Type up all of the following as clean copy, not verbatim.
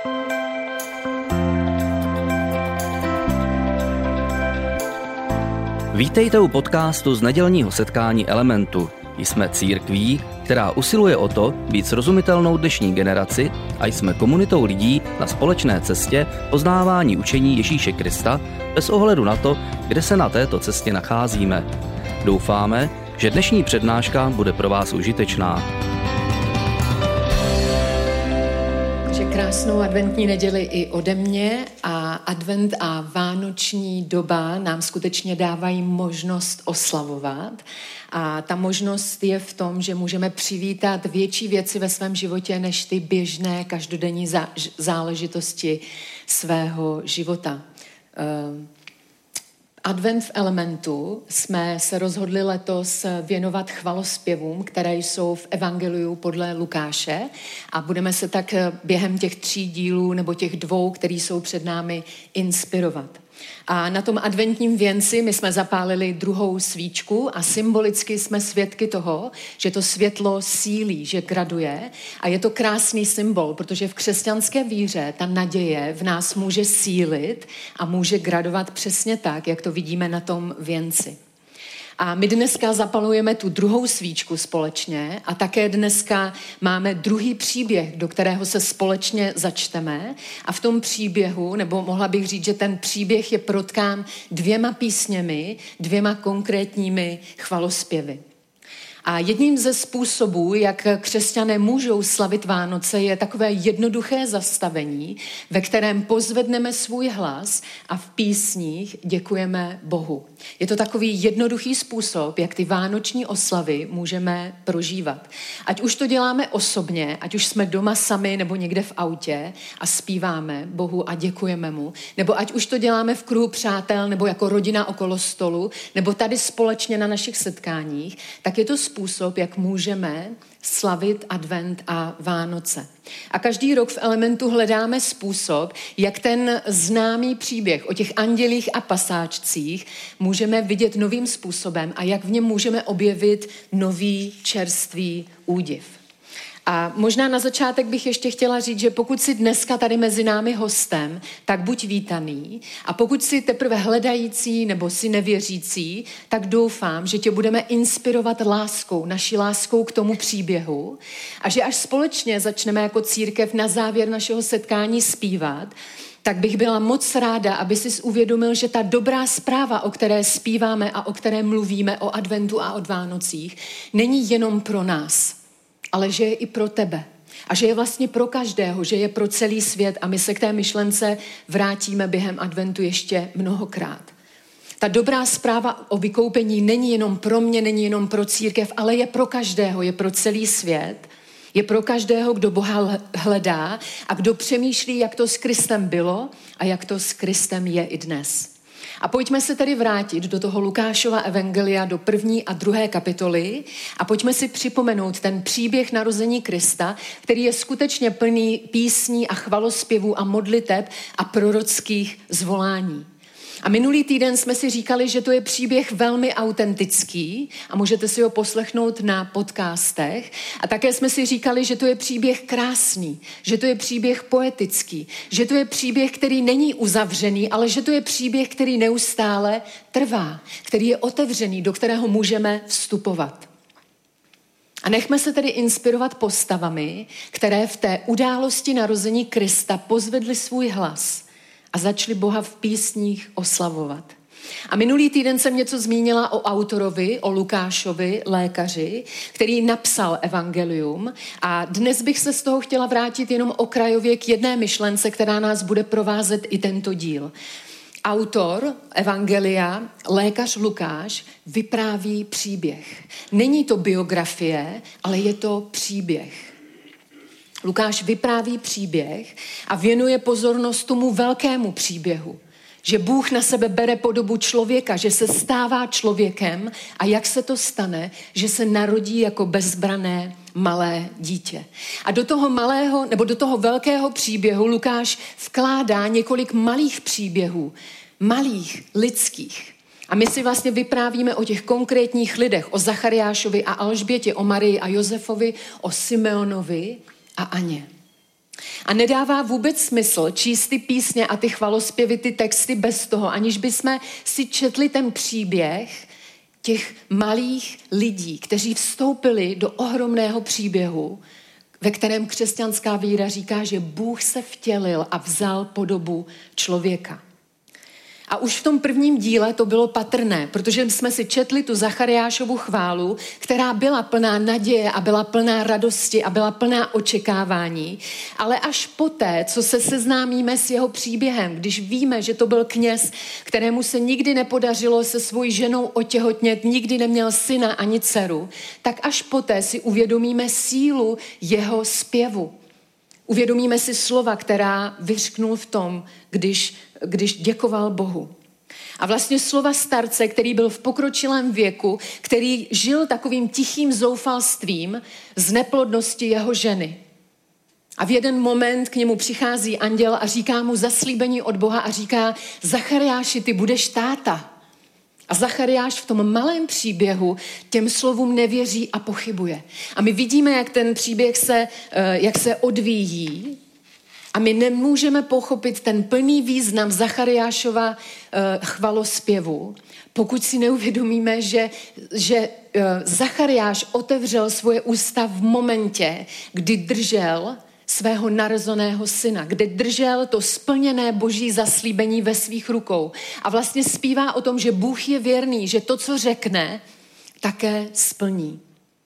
Vítejte u podcastu z nedělního setkání Elementu. Jsme církví, která usiluje o to být srozumitelnou dnešní generaci a jsme komunitou lidí na společné cestě poznávání učení Ježíše Krista bez ohledu na to, kde se na této cestě nacházíme. Doufáme, že dnešní přednáška bude pro vás užitečná. Krásnou adventní neděli i ode mě a advent a vánoční doba nám skutečně dávají možnost oslavovat. A ta možnost je v tom, že můžeme přivítat větší věci ve svém životě než ty běžné každodenní záležitosti svého života. Advent v Elementu jsme se rozhodli letos věnovat chvalospěvům, které jsou v Evangeliu podle Lukáše a budeme se tak během těch 3 dílů nebo těch 2, které jsou před námi, inspirovat. A na tom adventním věnci my jsme zapálili 2. svíčku a symbolicky jsme svědky toho, že to světlo sílí, že graduje a je to krásný symbol, protože v křesťanské víře ta naděje v nás může sílit a může gradovat přesně tak, jak to vidíme na tom věnci. A my dneska zapalujeme tu 2. svíčku společně a také dneska máme 2. příběh, do kterého se společně začteme. A v tom příběhu, nebo mohla bych říct, že ten příběh je protkán 2 písněmi, 2 konkrétními chvalospěvy. A jedním ze způsobů, jak křesťané můžou slavit Vánoce, je takové jednoduché zastavení, ve kterém pozvedneme svůj hlas a v písních děkujeme Bohu. Je to takový jednoduchý způsob, jak ty vánoční oslavy můžeme prožívat. Ať už to děláme osobně, ať už jsme doma sami nebo někde v autě a zpíváme Bohu a děkujeme mu, nebo ať už to děláme v kruhu přátel nebo jako rodina okolo stolu, nebo tady společně na našich setkáních, tak je to způsob, jak můžeme slavit advent a Vánoce. A každý rok v Elementu hledáme způsob, jak ten známý příběh o těch andělích a pasáčcích můžeme vidět novým způsobem a jak v něm můžeme objevit nový čerstvý údiv. A možná na začátek bych ještě chtěla říct, že pokud jsi dneska tady mezi námi hostem, tak buď vítaný. A pokud jsi teprve hledající nebo jsi nevěřící, tak doufám, že tě budeme inspirovat láskou, naší láskou k tomu příběhu. A že až společně začneme jako církev na závěr našeho setkání zpívat, tak bych byla moc ráda, aby jsi uvědomil, že ta dobrá zpráva, o které zpíváme a o které mluvíme, o adventu a o Vánocích, není jenom pro nás, ale že je i pro tebe. A že je vlastně pro každého, že je pro celý svět a my se k té myšlence vrátíme během adventu ještě mnohokrát. Ta dobrá zpráva o vykoupení není jenom pro mě, není jenom pro církev, ale je pro každého, je pro celý svět. Je pro každého, kdo Boha hledá a kdo přemýšlí, jak to s Kristem bylo a jak to s Kristem je i dnes. A pojďme se tedy vrátit do toho Lukášova evangelia do 1. a 2. kapitoly a pojďme si připomenout ten příběh narození Krista, který je skutečně plný písní a chvalospěvů a modliteb a prorockých zvolání. A minulý týden jsme si říkali, že to je příběh velmi autentický a můžete si ho poslechnout na podcastech. A také jsme si říkali, že to je příběh krásný, že to je příběh poetický, že to je příběh, který není uzavřený, ale že to je příběh, který neustále trvá, který je otevřený, do kterého můžeme vstupovat. A nechme se tedy inspirovat postavami, které v té události narození Krista pozvedly svůj hlas a začali Boha v písních oslavovat. A minulý týden jsem něco zmínila o autorovi, o Lukášovi, lékaři, který napsal evangelium a dnes bych se z toho chtěla vrátit jenom okrajově k jedné myšlence, která nás bude provázet i tento díl. Autor evangelia, lékař Lukáš, vypráví příběh. Není to biografie, ale je to příběh. Lukáš vypráví příběh a věnuje pozornost tomu velkému příběhu, že Bůh na sebe bere podobu člověka, že se stává člověkem a jak se to stane, že se narodí jako bezbrané malé dítě. A do toho malého nebo do toho velkého příběhu Lukáš vkládá několik malých příběhů, malých lidských. A my si vlastně vyprávíme o těch konkrétních lidech, o Zachariášovi a Alžbětě, o Marii a Josefovi, o Simeonovi a Aně. A nedává vůbec smysl číst ty písně a ty chvalospěvy, ty texty bez toho, aniž bychom si četli ten příběh těch malých lidí, kteří vstoupili do ohromného příběhu, ve kterém křesťanská víra říká, že Bůh se vtělil a vzal podobu člověka. A už v tom prvním díle to bylo patrné, protože jsme si četli tu Zachariášovu chválu, která byla plná naděje a byla plná radosti a byla plná očekávání. Ale až poté, co se seznámíme s jeho příběhem, když víme, že to byl kněz, kterému se nikdy nepodařilo se svojí ženou otěhotnět, nikdy neměl syna ani dceru, tak až poté si uvědomíme sílu jeho zpěvu. Uvědomíme si slova, která vyřknul v tom, když děkoval Bohu. A vlastně slova starce, který byl v pokročilém věku, který žil takovým tichým zoufalstvím z neplodnosti jeho ženy. A v jeden moment k němu přichází anděl a říká mu zaslíbení od Boha a říká: Zachariáši, ty budeš táta. A Zachariáš v tom malém příběhu těm slovům nevěří a pochybuje. A my vidíme, jak ten příběh jak se odvíjí, a my nemůžeme pochopit ten plný význam Zachariášova chvalospěvu, pokud si neuvědomíme, že Zachariáš otevřel svoje ústa v momentě, kdy držel svého narozeného syna, kde držel to splněné boží zaslíbení ve svých rukou. A vlastně zpívá o tom, že Bůh je věrný, že to, co řekne, také splní.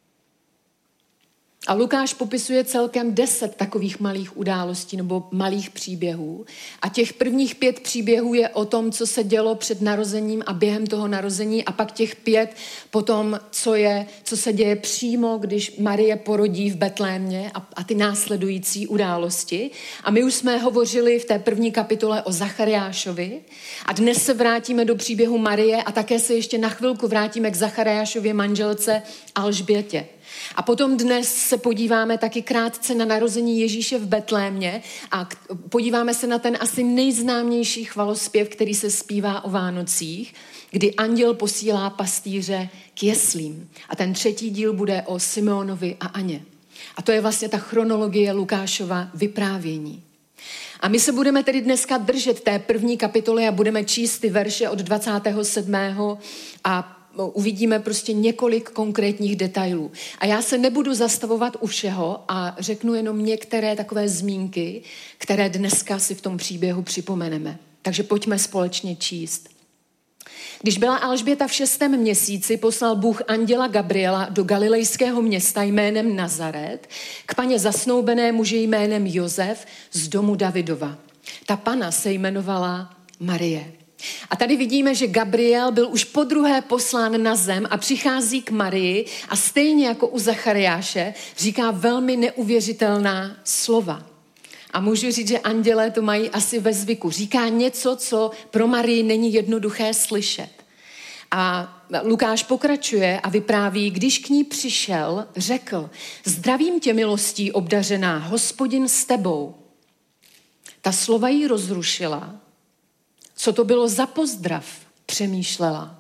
A Lukáš popisuje celkem 10 takových malých událostí nebo malých příběhů. A těch prvních 5 příběhů je o tom, co se dělo před narozením a během toho narození, a pak těch 5 potom, co se děje přímo, když Marie porodí v Betlémě, a ty následující události. A my už jsme hovořili v té první kapitole o Zachariášovi a dnes se vrátíme do příběhu Marie a také se ještě na chvilku vrátíme k Zachariášově manželce Alžbětě. A potom dnes se podíváme taky krátce na narození Ježíše v Betlémě a podíváme se na ten asi nejznámější chvalospěv, který se zpívá o Vánocích, kdy anděl posílá pastýře k jeslím. A ten 3. díl bude o Simeonovi a Aně. A to je vlastně ta chronologie Lukášova vyprávění. A my se budeme tedy dneska držet té první kapitoly a budeme číst ty verše od 27. a uvidíme prostě několik konkrétních detailů. A já se nebudu zastavovat u všeho a řeknu jenom některé takové zmínky, které dneska si v tom příběhu připomeneme. Takže pojďme společně číst. Když byla Alžběta v 6. měsíci, poslal Bůh anděla Gabriela do galilejského města jménem Nazaret k paně zasnoubené muži jménem Josef z domu Davidova. Ta pana se jmenovala Marie. A tady vidíme, že Gabriel byl už podruhé poslán na zem a přichází k Marii a stejně jako u Zachariáše říká velmi neuvěřitelná slova. A můžu říct, že andělé to mají asi ve zvyku. Říká něco, co pro Marii není jednoduché slyšet. A Lukáš pokračuje a vypráví: když k ní přišel, řekl: zdravím tě, milostí obdařená, Hospodin s tebou. Ta slova jí rozrušila. Co to bylo za pozdrav, přemýšlela.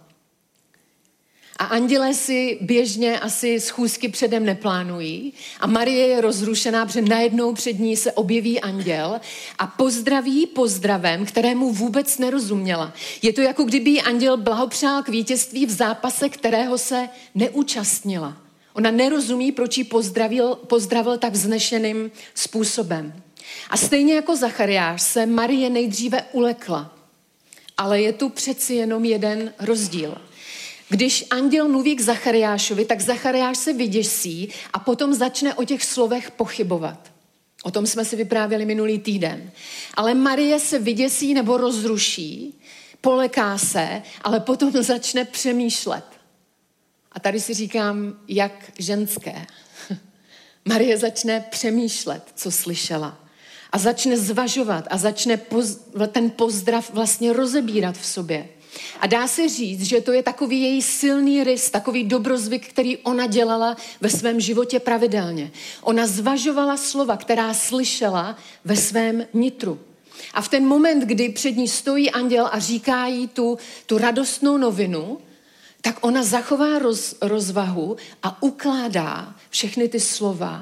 A andělé si běžně asi schůzky předem neplánují a Marie je rozrušená, protože najednou před ní se objeví anděl a pozdraví pozdravem, kterému vůbec nerozuměla. Je to jako kdyby jí anděl blahopřál k vítězství v zápase, kterého se neúčastnila. Ona nerozumí, proč ji pozdravil tak vznešeným způsobem. A stejně jako Zachariáš se Marie nejdříve ulekla. Ale je tu přeci jenom jeden rozdíl. Když anděl mluví k Zachariášovi, tak Zachariáš se vyděsí a potom začne o těch slovech pochybovat. O tom jsme si vyprávěli minulý týden. Ale Marie se vyděsí nebo rozruší, poleká se, ale potom začne přemýšlet. A tady si říkám, jak ženské. Marie začne přemýšlet, co slyšela. A začne zvažovat a začne ten pozdrav vlastně rozebírat v sobě. A dá se říct, že to je takový její silný rys, takový dobrozvyk, který ona dělala ve svém životě pravidelně. Ona zvažovala slova, která slyšela ve svém nitru. A v ten moment, kdy před ní stojí anděl a říká jí tu radostnou novinu, tak ona zachová rozvahu a ukládá všechny ty slova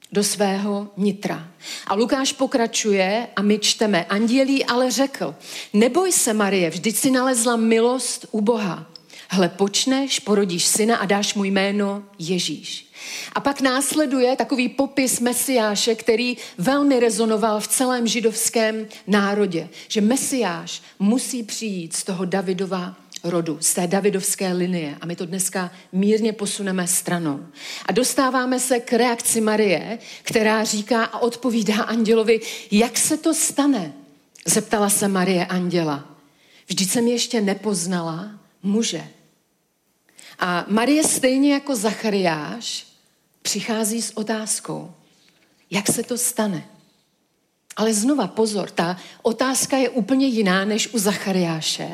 do svého nitra. A Lukáš pokračuje a my čteme: Anděl jí ale řekl: neboj se, Marie, vždyť si nalezla milost u Boha. Hle, počneš, porodíš syna a dáš mu jméno Ježíš. A pak následuje takový popis Mesiáše, který velmi rezonoval v celém židovském národě, že Mesiáš musí přijít z toho Davidova rodu, z té davidovské linie. A my to dneska mírně posuneme stranou. A dostáváme se k reakci Marie, která říká a odpovídá andělovi: jak se to stane? Zeptala se Marie anděla. Vždyť jsem ještě nepoznala muže. A Marie stejně jako Zachariáš přichází s otázkou, jak se to stane. Ale znova pozor, ta otázka je úplně jiná než u Zachariáše.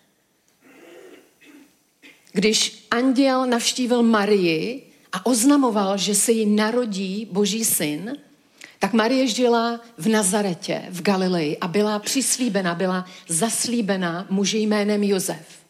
Když anděl navštívil Marii a oznamoval, že se jí narodí Boží syn, tak Marie žila v Nazaretě, v Galileji a byla přislíbena, byla zaslíbena muži jménem Josef.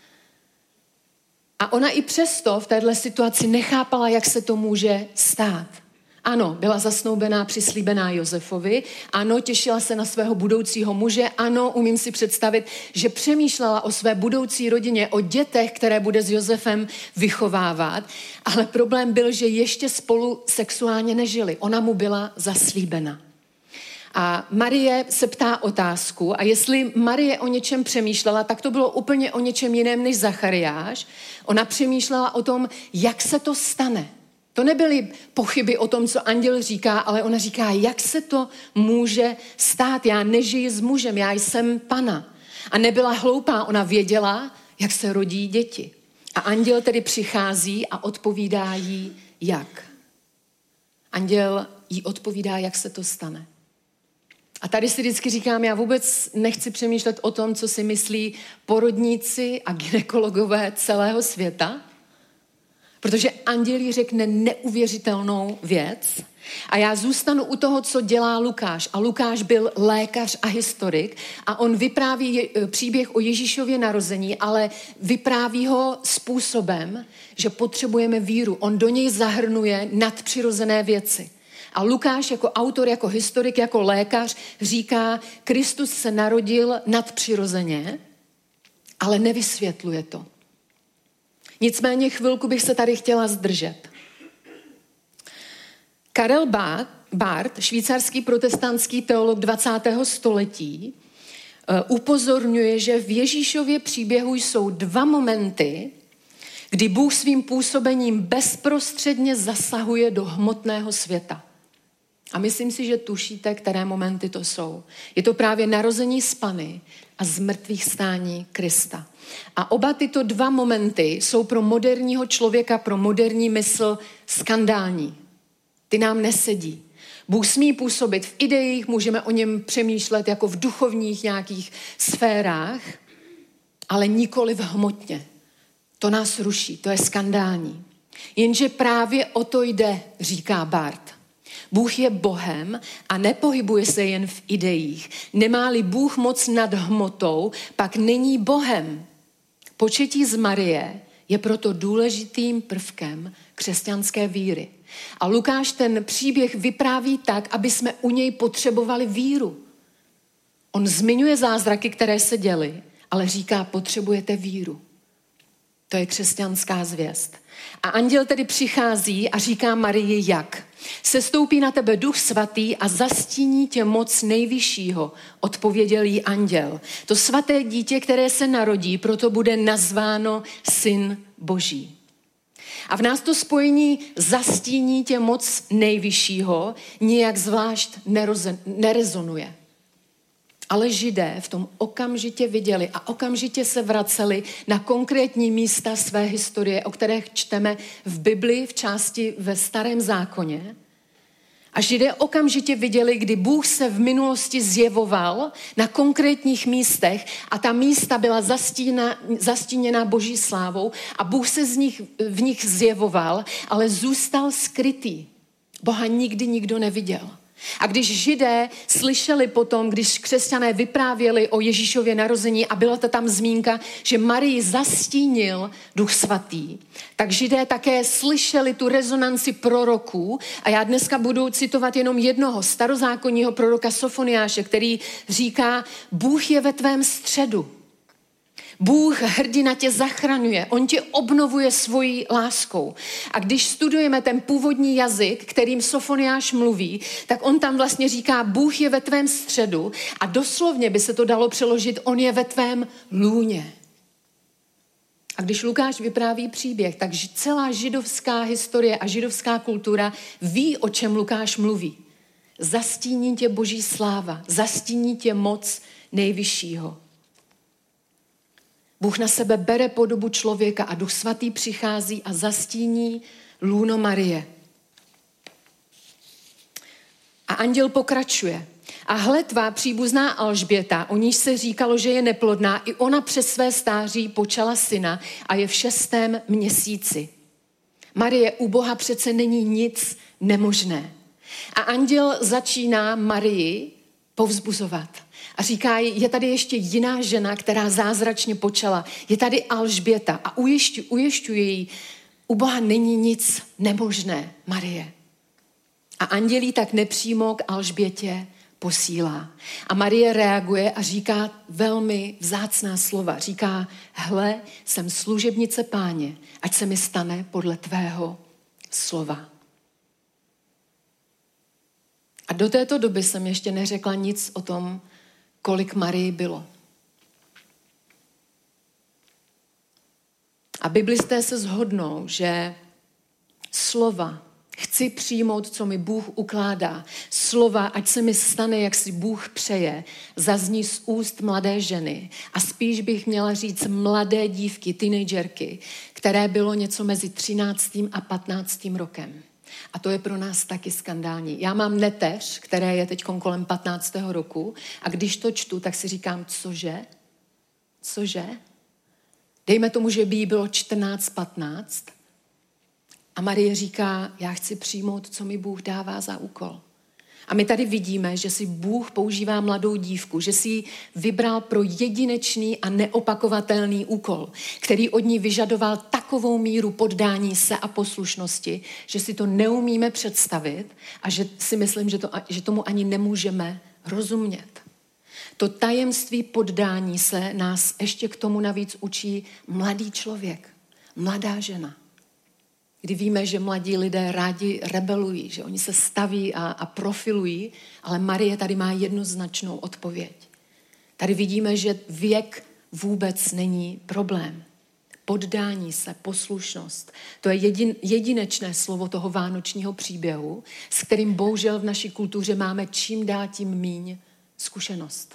A ona i přesto v téhle situaci nechápala, jak se to může stát. Ano, byla zasnoubená, přislíbená Josefovi. Ano, těšila se na svého budoucího muže. Ano, umím si představit, že přemýšlela o své budoucí rodině, o dětech, které bude s Josefem vychovávat. Ale problém byl, že ještě spolu sexuálně nežili. Ona mu byla zaslíbena. A Marie se ptá otázku a jestli Marie o něčem přemýšlela, tak to bylo úplně o něčem jiném než Zachariáš. Ona přemýšlela o tom, jak se to stane. To nebyly pochyby o tom, co anděl říká, ale ona říká, jak se to může stát. Já nežiji s mužem, já jsem pana. A nebyla hloupá, ona věděla, jak se rodí děti. A anděl tedy přichází a odpovídá jí jak. Anděl jí odpovídá, jak se to stane. A tady si vždycky říkám, já vůbec nechci přemýšlet o tom, co si myslí porodníci a gynekologové celého světa, protože anděl jí řekne neuvěřitelnou věc a já zůstanu u toho, co dělá Lukáš. A Lukáš byl lékař a historik a on vypráví příběh o Ježíšově narození, ale vypráví ho způsobem, že potřebujeme víru. On do něj zahrnuje nadpřirozené věci. A Lukáš jako autor, jako historik, jako lékař říká, Kristus se narodil nadpřirozeně, ale nevysvětluje to. Nicméně chvilku bych se tady chtěla zdržet. Karel Barth, švýcarský protestantský teolog 20. století, upozorňuje, že v Ježíšově příběhu jsou dva momenty, kdy Bůh svým působením bezprostředně zasahuje do hmotného světa. A myslím si, že tušíte, které momenty to jsou. Je to právě narození z Panny a zmrtvých stání Krista. A oba tyto dva momenty jsou pro moderního člověka, pro moderní mysl skandální. Ty nám nesedí. Bůh smí působit v ideích, můžeme o něm přemýšlet jako v duchovních nějakých sférách, ale nikoli v hmotně. To nás ruší, to je skandální. Jenže právě o to jde, říká Barth. Bůh je Bohem a nepohybuje se jen v ideích. Nemá-li Bůh moc nad hmotou, pak není Bohem. Početí z Marie je proto důležitým prvkem křesťanské víry. A Lukáš ten příběh vypráví tak, aby jsme u něj potřebovali víru. On zmiňuje zázraky, které se děly, ale říká, potřebujete víru. To je křesťanská zvěst. A anděl tedy přichází a říká Marii jak? Sestoupí na tebe Duch svatý a zastíní tě moc nejvyššího, odpověděl jí anděl. To svaté dítě, které se narodí, proto bude nazváno Syn Boží. A v nás to spojení zastíní tě moc nejvyššího nijak zvlášť nerezonuje. Ale Židé v tom okamžitě viděli a okamžitě se vraceli na konkrétní místa své historie, o kterých čteme v Bibli, v části ve Starém zákoně. A Židé okamžitě viděli, kdy Bůh se v minulosti zjevoval na konkrétních místech a ta místa byla zastíněna Boží slávou a Bůh se v nich zjevoval, ale zůstal skrytý. Boha nikdy nikdo neviděl. A když Židé slyšeli potom, když křesťané vyprávěli o Ježíšově narození a byla to tam zmínka, že Marii zastínil Duch Svatý, tak Židé také slyšeli tu rezonanci proroků a já dneska budu citovat jenom jednoho starozákonního proroka Sofoniáše, který říká, Bůh je ve tvém středu. Bůh hrdina tě zachraňuje, on tě obnovuje svojí láskou. A když studujeme ten původní jazyk, kterým Sofoniáš mluví, tak on tam vlastně říká, Bůh je ve tvém středu a doslovně by se to dalo přeložit, on je ve tvém lůně. A když Lukáš vypráví příběh, tak celá židovská historie a židovská kultura ví, o čem Lukáš mluví. Zastíní tě Boží sláva, zastíní tě moc nejvyššího. Bůh na sebe bere podobu člověka a Duch Svatý přichází a zastíní lůno Marie. A anděl pokračuje. A hle, tvá příbuzná Alžběta, o níž se říkalo, že je neplodná, i ona přes své stáří počala syna a je v 6. měsíci. Marie, u Boha přece není nic nemožné. A anděl začíná Marii povzbuzovat. A říká jí, je tady ještě jiná žena, která zázračně počala. Je tady Alžběta a ujišťuje jí, u Boha není nic nemožné, Marie. A anděl jí tak nepřímo k Alžbětě posílá. A Marie reaguje a říká velmi vzácná slova. Říká, hle, jsem služebnice Páně, ať se mi stane podle tvého slova. A do této doby jsem ještě neřekla nic o tom, kolik Marii bylo. A biblisté se shodnou, že slova chci přijmout, co mi Bůh ukládá. Slova, ať se mi stane, jak si Bůh přeje, zazní z úst mladé ženy. A spíš bych měla říct mladé dívky, teenagerky, které bylo něco mezi 13. a 15. rokem. A to je pro nás taky skandální. Já mám neteř, které je teď kolem 15. roku a když to čtu, tak si říkám, cože? Cože? Dejme tomu, že by jí bylo 14-15 a Marie říká, já chci přijmout, co mi Bůh dává za úkol. A my tady vidíme, že si Bůh používá mladou dívku, že si ji vybral pro jedinečný a neopakovatelný úkol, který od ní vyžadoval takovou míru poddání se a poslušnosti, že si to neumíme představit a že si myslím, že tomu ani nemůžeme rozumět. To tajemství poddání se nás ještě k tomu navíc učí mladý člověk, mladá žena. Kdy víme, že mladí lidé rádi rebelují, že oni se staví a profilují, ale Marie tady má jednoznačnou odpověď. Tady vidíme, že věk vůbec není problém. Poddání se, poslušnost, to je jedinečné slovo toho vánočního příběhu, s kterým bohužel v naší kultuře máme čím dál tím míň zkušenost.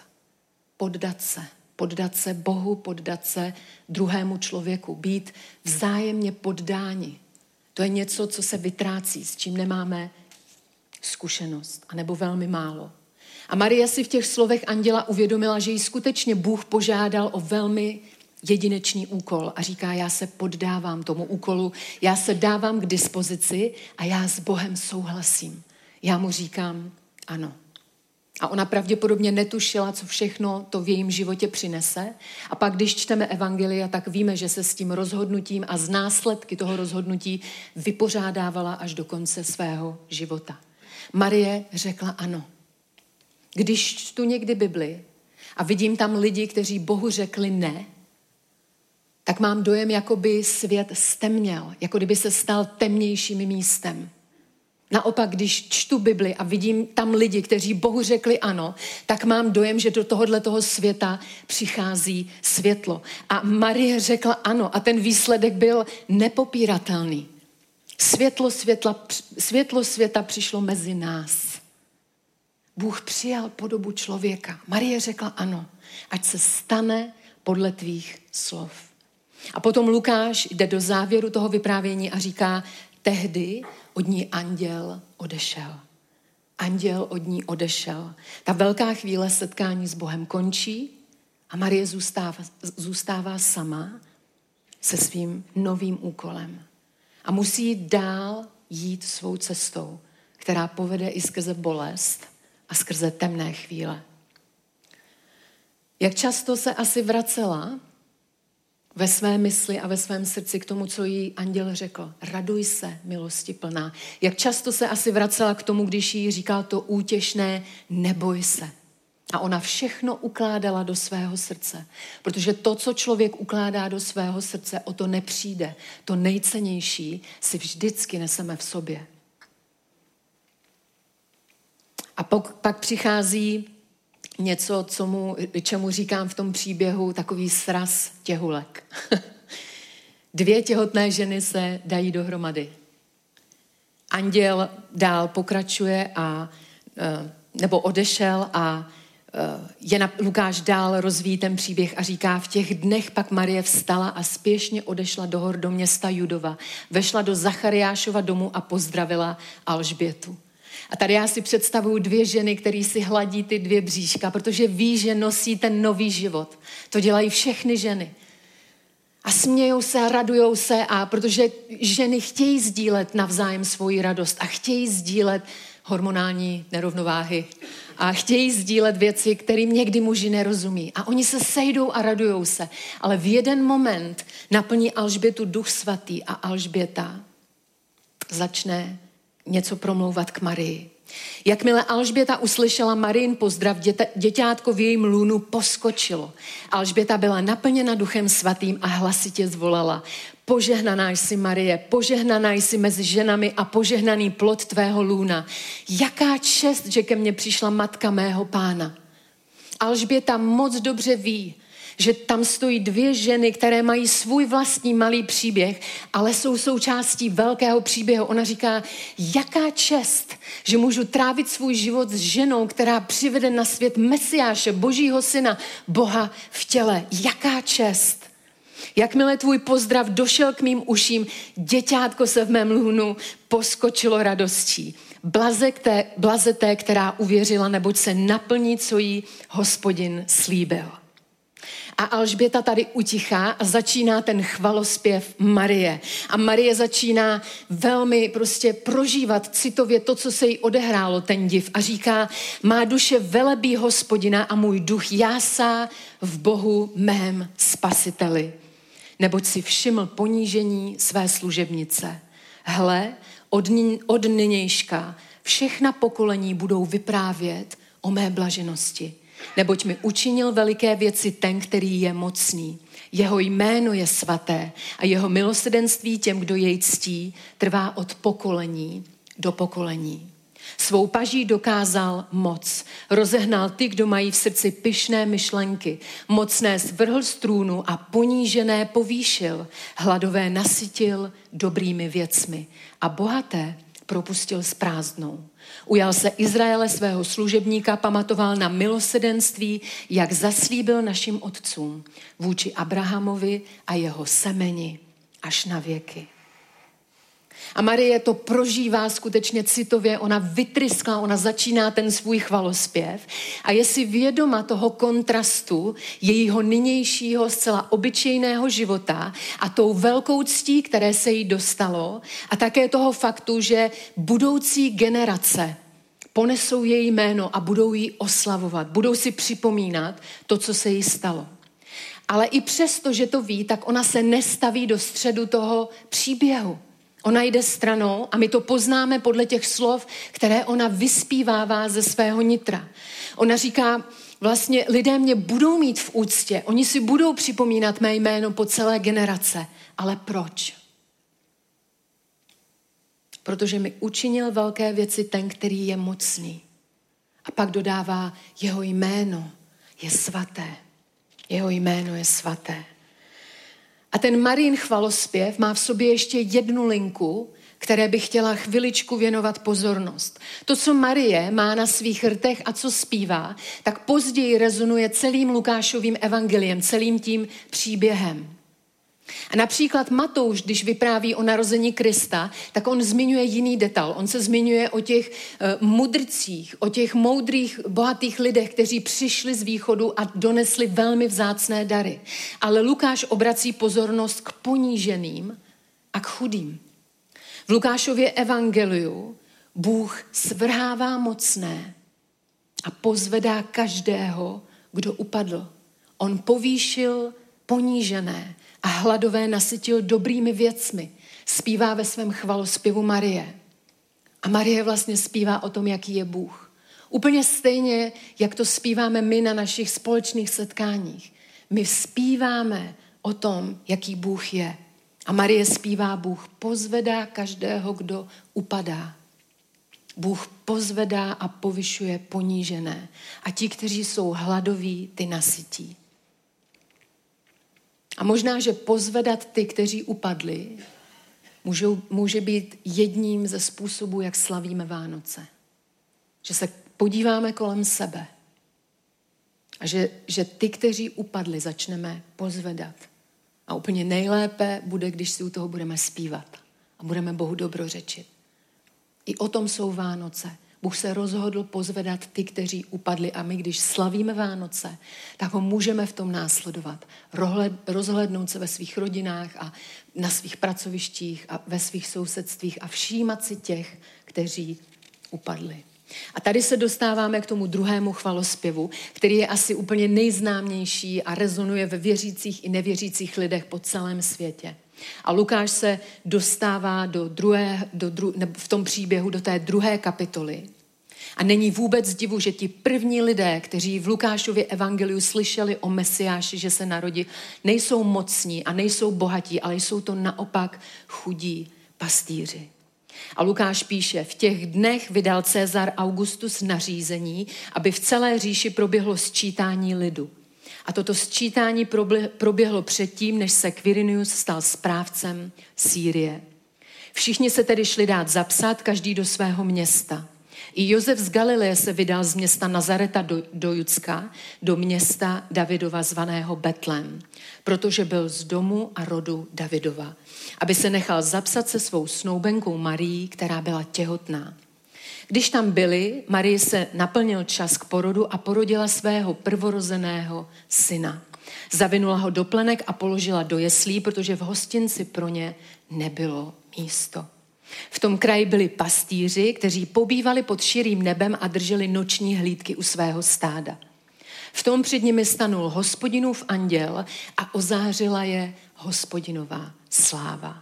Poddat se Bohu, poddat se druhému člověku, být vzájemně poddáni. To je něco, co se vytrácí, s čím nemáme zkušenost, anebo velmi málo. A Marie si v těch slovech anděla uvědomila, že jí skutečně Bůh požádal o velmi jedinečný úkol a říká, já se poddávám tomu úkolu, já se dávám k dispozici a já s Bohem souhlasím. Já mu říkám ano. A ona pravděpodobně netušila, co všechno to v jejím životě přinese. A pak, když čteme evangelia, tak víme, že se s tím rozhodnutím a z následky toho rozhodnutí vypořádávala až do konce svého života. Marie řekla ano. Když čtu někdy Bibli a vidím tam lidi, kteří Bohu řekli ne, tak mám dojem, jako by svět stemněl, jako kdyby se stal temnějším místem. Naopak, když čtu Bibli a vidím tam lidi, kteří Bohu řekli ano, tak mám dojem, že do tohoto světa přichází světlo. A Marie řekla ano a ten výsledek byl nepopíratelný. Světlo světa přišlo mezi nás. Bůh přijal podobu člověka. Marie řekla ano, ať se stane podle tvých slov. A potom Lukáš jde do závěru toho vyprávění a říká, tehdy od ní anděl odešel. Anděl od ní odešel. Ta velká chvíle setkání s Bohem končí a Marie zůstává sama se svým novým úkolem. A musí dál jít svou cestou, která povede i skrze bolest a skrze temné chvíle. Jak často se asi vracela ve své mysli a ve svém srdci k tomu, co jí anděl řekl. Raduj se, milosti plná. Jak často se asi vracela k tomu, když jí říkal to útěšné, neboj se. A ona všechno ukládala do svého srdce. Protože to, co člověk ukládá do svého srdce, o to nepřijde. To nejcennější si vždycky neseme v sobě. A pak přichází něco, čemu říkám v tom příběhu, takový sraz těhulek. 2 těhotné ženy se dají dohromady. Anděl dál pokračuje nebo odešel a Lukáš dál rozvíjí ten příběh a říká, v těch dnech pak Marie vstala a spěšně odešla do hor do města Judova. Vešla do Zachariášova domu a pozdravila Alžbětu. A tady já si představuju 2 ženy, které si hladí ty 2 bříška, protože ví, že nosí ten nový život. To dělají všechny ženy. A smějou se a radujou se, a protože ženy chtějí sdílet navzájem svoji radost a chtějí sdílet hormonální nerovnováhy a chtějí sdílet věci, kterým někdy muži nerozumí. A oni se sejdou a radujou se. Ale v jeden moment naplní Alžbětu Duch Svatý a Alžběta začne něco promlouvat k Marii. Jakmile Alžběta uslyšela Marijin pozdrav, děťátko v jejím lůnu poskočilo. Alžběta byla naplněna Duchem Svatým a hlasitě zvolala: Požehnaná jsi, Marie, požehnaná jsi mezi ženami a požehnaný plod tvého lůna. Jaká čest, že ke mně přišla matka mého Pána. Alžběta moc dobře ví, že tam stojí 2 ženy, které mají svůj vlastní malý příběh, ale jsou součástí velkého příběhu. Ona říká, jaká čest, že můžu trávit svůj život s ženou, která přivede na svět Mesiáše, Božího syna, Boha v těle. Jaká čest. Jakmile tvůj pozdrav došel k mým uším, děťátko se v mém lůnu poskočilo radostí. Blaze té, která uvěřila, neboť se naplní, co jí Hospodin slíbil. A Alžběta tady utichá a začíná ten chvalospěv Marie. A Marie začíná velmi prožívat citově to, co se jí odehrálo, ten div. A říká, má duše velebí Hospodina a můj duch jásá v Bohu mém spasiteli. Neboť si všiml ponížení své služebnice. Hle, od nynějška všechna pokolení budou vyprávět o mé blaženosti. Neboť mi učinil veliké věci ten, který je mocný. Jeho jméno je svaté a jeho milosrdenství těm, kdo jej ctí, trvá od pokolení do pokolení. Svou paží dokázal moc. Rozehnal ty, kdo mají v srdci pyšné myšlenky. Mocné svrhl z trůnu a ponížené povýšil. Hladové nasytil dobrými věcmi a bohaté propustil s prázdnou. Ujal se Izraele svého služebníka, pamatoval na milosrdenství, jak zaslíbil našim otcům vůči Abrahamovi a jeho semeni až na věky. A Marie to prožívá skutečně citově, ona vytryskla, ona začíná ten svůj chvalospěv a je si vědoma toho kontrastu jejího nynějšího zcela obyčejného života a tou velkou ctí, které se jí dostalo a také toho faktu, že budoucí generace ponesou její jméno a budou ji oslavovat, budou si připomínat to, co se jí stalo. Ale i přesto, že to ví, tak ona se nestaví do středu toho příběhu. Ona jde stranou a my to poznáme podle těch slov, které ona vyspívává ze svého nitra. Ona říká, vlastně lidé mě budou mít v úctě, oni si budou připomínat mé jméno po celé generace. Ale proč? Protože mi učinil velké věci ten, který je mocný. A pak dodává, jeho jméno je svaté. Jeho jméno je svaté. A ten Marijin chvalospěv má v sobě ještě jednu linku, které bych chtěla chviličku věnovat pozornost. To, co Marie má na svých rtech a co zpívá, tak později rezonuje celým Lukášovým evangeliem, celým tím příběhem. A například Matouš, když vypráví o narození Krista, tak on zmiňuje jiný detail. On se zmiňuje o těch mudrcích, o těch moudrých, bohatých lidech, kteří přišli z východu a donesli velmi vzácné dary. Ale Lukáš obrací pozornost k poníženým a k chudým. V Lukášově evangeliu Bůh svrhává mocné a pozvedá každého, kdo upadl. On povýšil ponížené a hladové nasytil dobrými věcmi. Zpívá ve svém chvalospěvu Marie. A Marie vlastně zpívá o tom, jaký je Bůh. Úplně stejně, jak to zpíváme my na našich společných setkáních. My zpíváme o tom, jaký Bůh je. A Marie zpívá, Bůh pozvedá každého, kdo upadá. Bůh pozvedá a povyšuje ponížené. A ti, kteří jsou hladoví, ty nasytí. A možná, že pozvedat ty, kteří upadli, může být jedním ze způsobů, jak slavíme Vánoce. Že se podíváme kolem sebe a že ty, kteří upadli, začneme pozvedat. A úplně nejlépe bude, když si u toho budeme zpívat a budeme Bohu dobrořečit. I o tom jsou Vánoce. Bůh se rozhodl pozvedat ty, kteří upadli a my, když slavíme Vánoce, tak ho můžeme v tom následovat. Rozhlednout se ve svých rodinách a na svých pracovištích a ve svých sousedstvích a všímat si těch, kteří upadli. A tady se dostáváme k tomu druhému chvalospěvu, který je asi úplně nejznámější a rezonuje ve věřících i nevěřících lidech po celém světě. A Lukáš se dostává v tom příběhu do té 2. kapitoly. A není vůbec divu, že ti první lidé, kteří v Lukášově evangeliu slyšeli o Mesiáši, že se narodí, nejsou mocní a nejsou bohatí, ale jsou to naopak chudí pastýři. A Lukáš píše, v těch dnech vydal Cezar Augustus nařízení, aby v celé říši proběhlo sčítání lidu. A toto sčítání proběhlo předtím, než se Quirinius stal správcem Sýrie. Všichni se tedy šli dát zapsat, každý do svého města. I Josef z Galileje se vydal z města Nazareta do Judska, do města Davidova zvaného Betlém, protože byl z domu a rodu Davidova, aby se nechal zapsat se svou snoubenkou Marií, která byla těhotná. Když tam byli, Marii se naplnil čas k porodu a porodila svého prvorozeného syna. Zavinula ho do plenek a položila do jeslí, protože v hostinci pro ně nebylo místo. V tom kraji byli pastýři, kteří pobývali pod širým nebem a drželi noční hlídky u svého stáda. V tom před nimi stanul Hospodinův anděl a ozářila je Hospodinová sláva.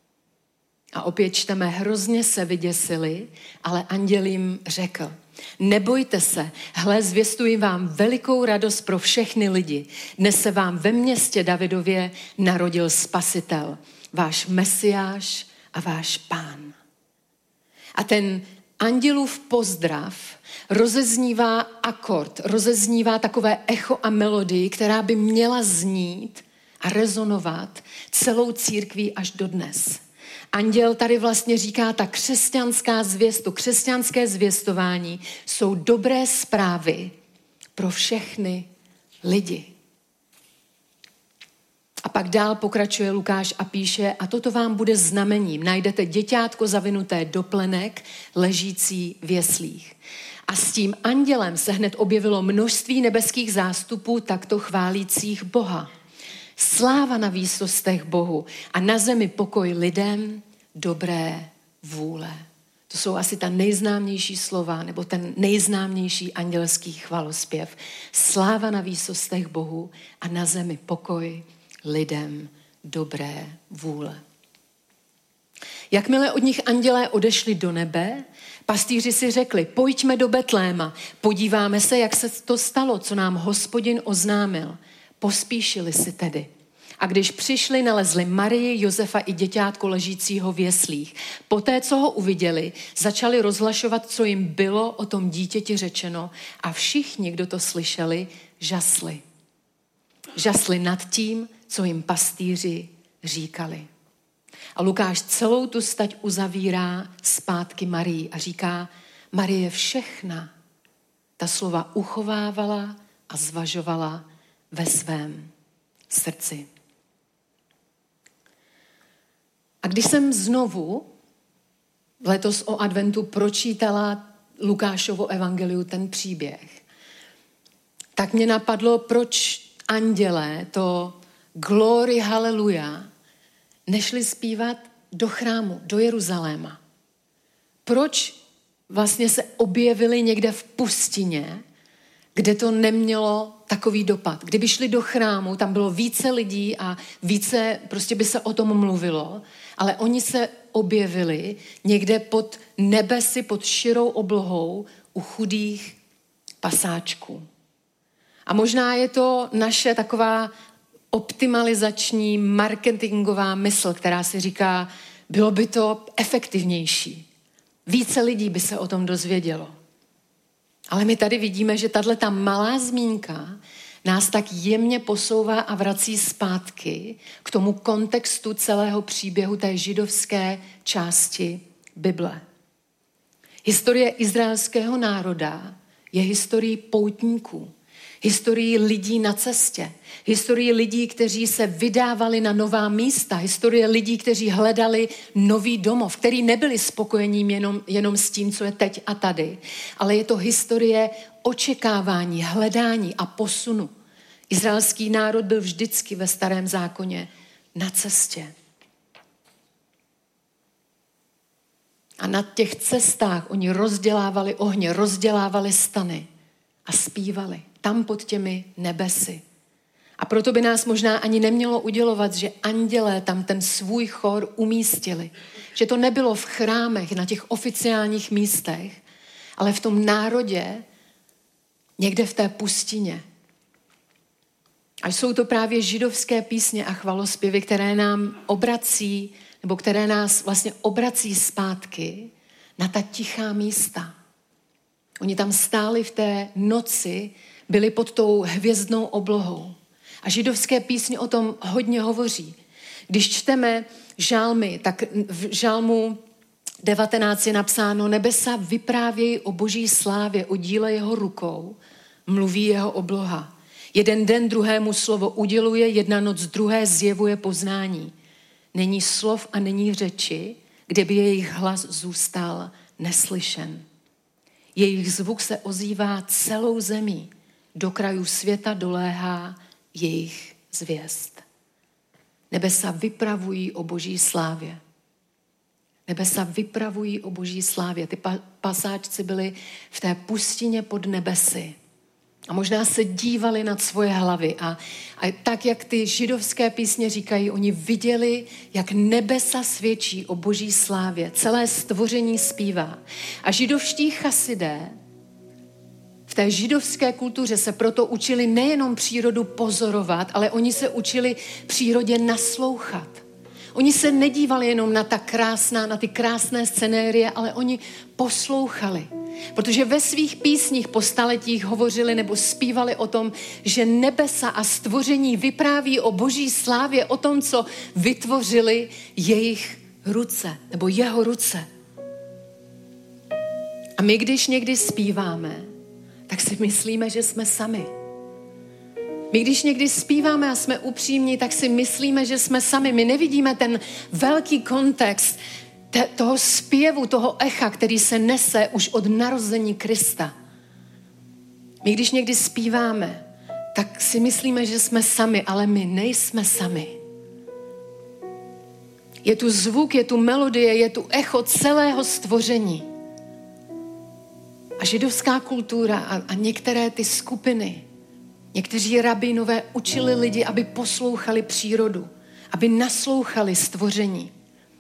A opět čteme, hrozně se vyděsili, ale anděl jim řekl, nebojte se, hle, zvěstuji vám velikou radost pro všechny lidi. Dnes se vám ve městě Davidově narodil Spasitel, váš Mesiáš a váš Pán. A ten andělův pozdrav rozeznívá akord, rozeznívá takové echo a melodii, která by měla znít a rezonovat celou církví až dodnes. Anděl tady vlastně říká, ta křesťanská zvěst, to křesťanské zvěstování jsou dobré zprávy pro všechny lidi. A pak dál pokračuje Lukáš a píše, a toto vám bude znamením. Najdete děťátko zavinuté do plenek, ležící v jeslích. A s tím andělem se hned objevilo množství nebeských zástupů takto chválících Boha. Sláva na výsostech Bohu a na zemi pokoj lidem dobré vůle. To jsou asi ta nejznámější slova, nebo ten nejznámější andělský chvalospěv. Sláva na výsostech Bohu a na zemi pokoj lidem dobré vůle. Jakmile od nich andělé odešli do nebe, pastýři si řekli, pojďme do Betléma, podíváme se, jak se to stalo, co nám Hospodin oznámil. Pospíšili si tedy. A když přišli, nalezli Marii, Josefa i děťátko ležícího v jeslích. Poté, co ho uviděli, začali rozhlašovat, co jim bylo o tom dítěti řečeno a všichni, kdo to slyšeli, žasli. Žasli nad tím, co jim pastýři říkali. A Lukáš celou tu stať uzavírá zpátky Marii a říká, Marie všechna ta slova uchovávala a zvažovala ve svém srdci. A když jsem znovu letos o adventu pročítala Lukášovo evangeliu, ten příběh, tak mě napadlo, proč andělé to glory haleluja nešli zpívat do chrámu, do Jeruzaléma. Proč vlastně se objevili někde v pustině, kde to nemělo takový dopad. Kdyby šli do chrámu, tam bylo více lidí a více prostě by se o tom mluvilo, ale oni se objevili někde pod nebesy, pod širou oblohou u chudých pasáčků. A možná je to naše taková optimalizační, marketingová mysl, která si říká, bylo by to efektivnější. Více lidí by se o tom dozvědělo. Ale my tady vidíme, že tato malá zmínka nás tak jemně posouvá a vrací zpátky k tomu kontextu celého příběhu té židovské části Bible. Historie izraelského národa je historií poutníků, historií lidí na cestě, historii lidí, kteří se vydávali na nová místa, historie lidí, kteří hledali nový domov, který nebyli spokojení jenom s tím, co je teď a tady, ale je to historie očekávání, hledání a posunu. Izraelský národ byl vždycky ve Starém zákoně na cestě. A na těch cestách oni rozdělávali ohně, rozdělávali stany a zpívali tam pod těmi nebesy. A proto by nás možná ani nemělo udělovat, že andělé tam ten svůj chor umístili. Že to nebylo v chrámech, na těch oficiálních místech, ale v tom národě, někde v té pustině. A jsou to právě židovské písně a chvalospěvy, které nám obrací, nebo které nás vlastně obrací zpátky na ta tichá místa. Oni tam stáli v té noci, byli pod tou hvězdnou oblohou. A židovské písně o tom hodně hovoří. Když čteme žálmy, tak v žálmu 19 je napsáno: nebesa vyprávějí o boží slávě, o díle jeho rukou, mluví jeho obloha. Jeden den druhému slovo uděluje, jedna noc druhé zjevuje poznání. Není slov a není řeči, kde by jejich hlas zůstal neslyšen. Jejich zvuk se ozývá celou zemí. Do krajů světa doléhá jejich zvěst. Nebesa vypravují o boží slávě. Nebesa vypravují o boží slávě. Ty pasáčci byli v té pustině pod nebesy. A možná se dívali nad svoje hlavy. A tak, jak ty židovské písně říkají, oni viděli, jak nebesa svědčí o boží slávě. Celé stvoření zpívá. A židovští chasidé v té židovské kultuře se proto učili nejenom přírodu pozorovat, ale oni se učili přírodě naslouchat. Oni se nedívali jenom na ty krásné scenérie, ale oni poslouchali. Protože ve svých písních po staletích hovořili nebo zpívali o tom, že nebesa a stvoření vypráví o boží slávě, o tom, co vytvořili jejich ruce nebo jeho ruce. A my, když někdy zpíváme, tak si myslíme, že jsme sami. My, když někdy zpíváme a jsme upřímní, tak si myslíme, že jsme sami. My nevidíme ten velký kontext toho zpěvu, toho echa, který se nese už od narození Krista. My, když někdy zpíváme, tak si myslíme, že jsme sami, ale my nejsme sami. Je tu zvuk, je tu melodie, je tu echo celého stvoření. A židovská kultura a některé ty skupiny, někteří rabínové učili lidi, aby poslouchali přírodu, aby naslouchali stvoření.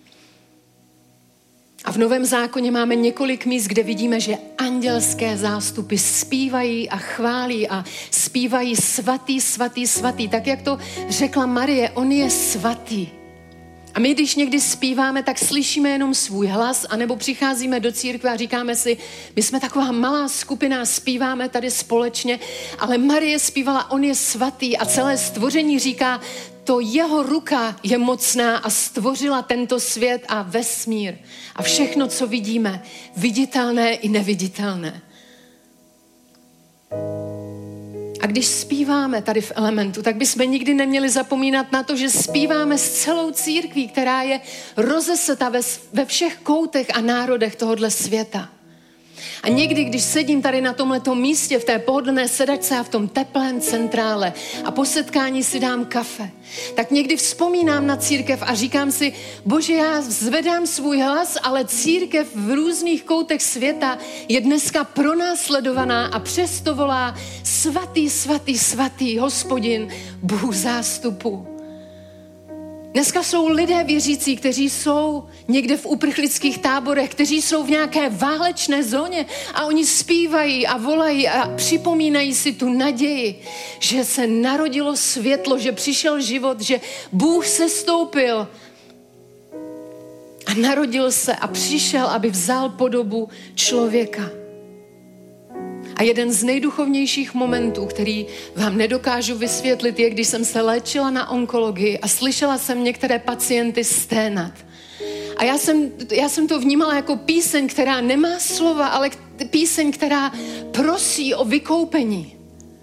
A v Novém zákoně máme několik míst, kde vidíme, že andělské zástupy zpívají a chválí a zpívají svatý, svatý, svatý. Tak, jak to řekla Marie, on je svatý. A my, když někdy zpíváme, tak slyšíme jenom svůj hlas, anebo přicházíme do církve a říkáme si, my jsme taková malá skupina, zpíváme tady společně, ale Marie zpívala, on je svatý a celé stvoření říká, to jeho ruka je mocná a stvořila tento svět a vesmír. A všechno, co vidíme, viditelné i neviditelné. A když zpíváme tady v Elementu, tak bychom nikdy neměli zapomínat na to, že zpíváme s celou církví, která je rozeseta ve všech koutech a národech tohohle světa. A někdy, když sedím tady na tomhletom místě, v té pohodlné sedačce a v tom teplém centrále a po setkání si dám kafe, tak někdy vzpomínám na církev a říkám si, Bože, já zvedám svůj hlas, ale církev v různých koutech světa je dneska pronásledovaná a přesto volá svatý, svatý, svatý Hospodin, Bůh zástupu. Dneska jsou lidé věřící, kteří jsou někde v uprchlických táborech, kteří jsou v nějaké válečné zóně a oni zpívají a volají a připomínají si tu naději, že se narodilo světlo, že přišel život, že Bůh sestoupil a narodil se a přišel, aby vzal podobu člověka. A jeden z nejduchovnějších momentů, který vám nedokážu vysvětlit, je, když jsem se léčila na onkologii a slyšela jsem některé pacienty sténat. A já jsem to vnímala jako píseň, která nemá slova, ale píseň, která prosí o vykoupení.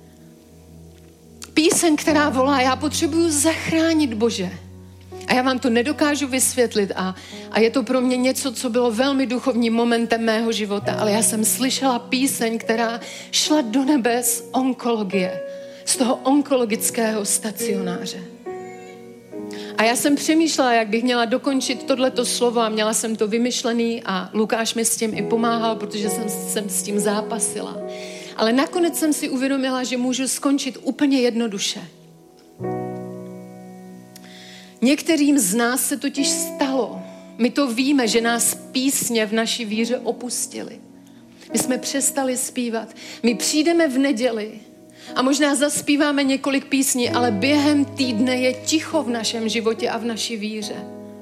Píseň, která volá, já potřebuju zachránit, Bože. A já vám to nedokážu vysvětlit a je to pro mě něco, co bylo velmi duchovním momentem mého života, ale já jsem slyšela píseň, která šla do nebe z onkologie, z toho onkologického stacionáře. A já jsem přemýšlela, jak bych měla dokončit tohleto slovo a měla jsem to vymyšlený a Lukáš mi s tím i pomáhal, protože jsem s tím zápasila. Ale nakonec jsem si uvědomila, že můžu skončit úplně jednoduše. Některým z nás se totiž stalo. My to víme, že nás písně v naší víře opustily. My jsme přestali zpívat. My přijdeme v neděli a možná zaspíváme několik písní, ale během týdne je ticho v našem životě a v naší víře.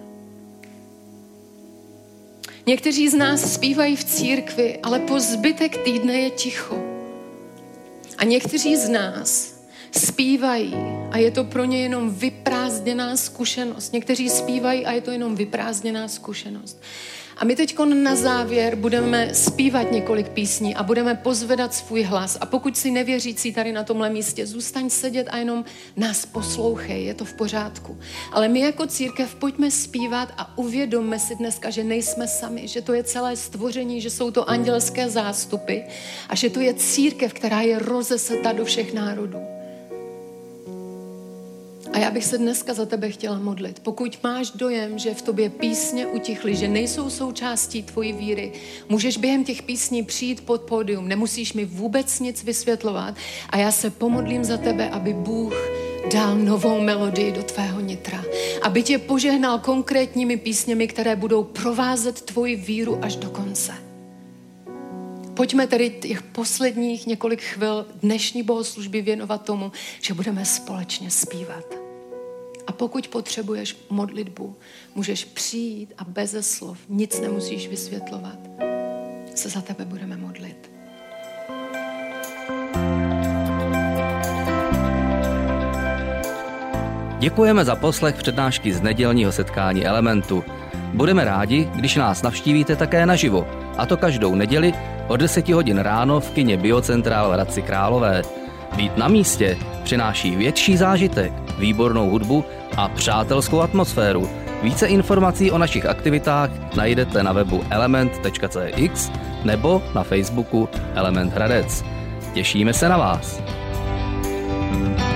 Někteří z nás zpívají v církvi, ale po zbytek týdne je ticho. A někteří z nás zpívají a je to pro ně jenom vyprázdněná zkušenost. Někteří zpívají a je to jenom vyprázdněná zkušenost. A my teď na závěr budeme zpívat několik písní a budeme pozvedat svůj hlas. A pokud si nevěřící tady na tomhle místě, zůstaň sedět a jenom nás poslouchej, je to v pořádku. Ale my jako církev pojďme zpívat a uvědomme si dneska, že nejsme sami, že to je celé stvoření, že jsou to andělské zástupy a že to je církev, která je rozeseta do všech národů. A já bych se dneska za tebe chtěla modlit. Pokud máš dojem, že v tobě písně utichly, že nejsou součástí tvojí víry, můžeš během těch písní přijít pod pódium, nemusíš mi vůbec nic vysvětlovat a já se pomodlím za tebe, aby Bůh dal novou melodii do tvého nitra. Aby tě požehnal konkrétními písněmi, které budou provázet tvoji víru až do konce. Pojďme tedy těch posledních několik chvil dnešní bohoslužby věnovat tomu, že budeme společně zpívat. A pokud potřebuješ modlitbu, můžeš přijít a beze slov, nic nemusíš vysvětlovat, se za tebe budeme modlit. Děkujeme za poslech přednášky z nedělního setkání Elementu. Budeme rádi, když nás navštívíte také naživo, a to každou neděli od 10 hodin ráno v kině Biocentrál v Hradci Králové. Být na místě přináší větší zážitek, výbornou hudbu a přátelskou atmosféru. Více informací o našich aktivitách najdete na webu element.cx nebo na Facebooku Element Hradec. Těšíme se na vás.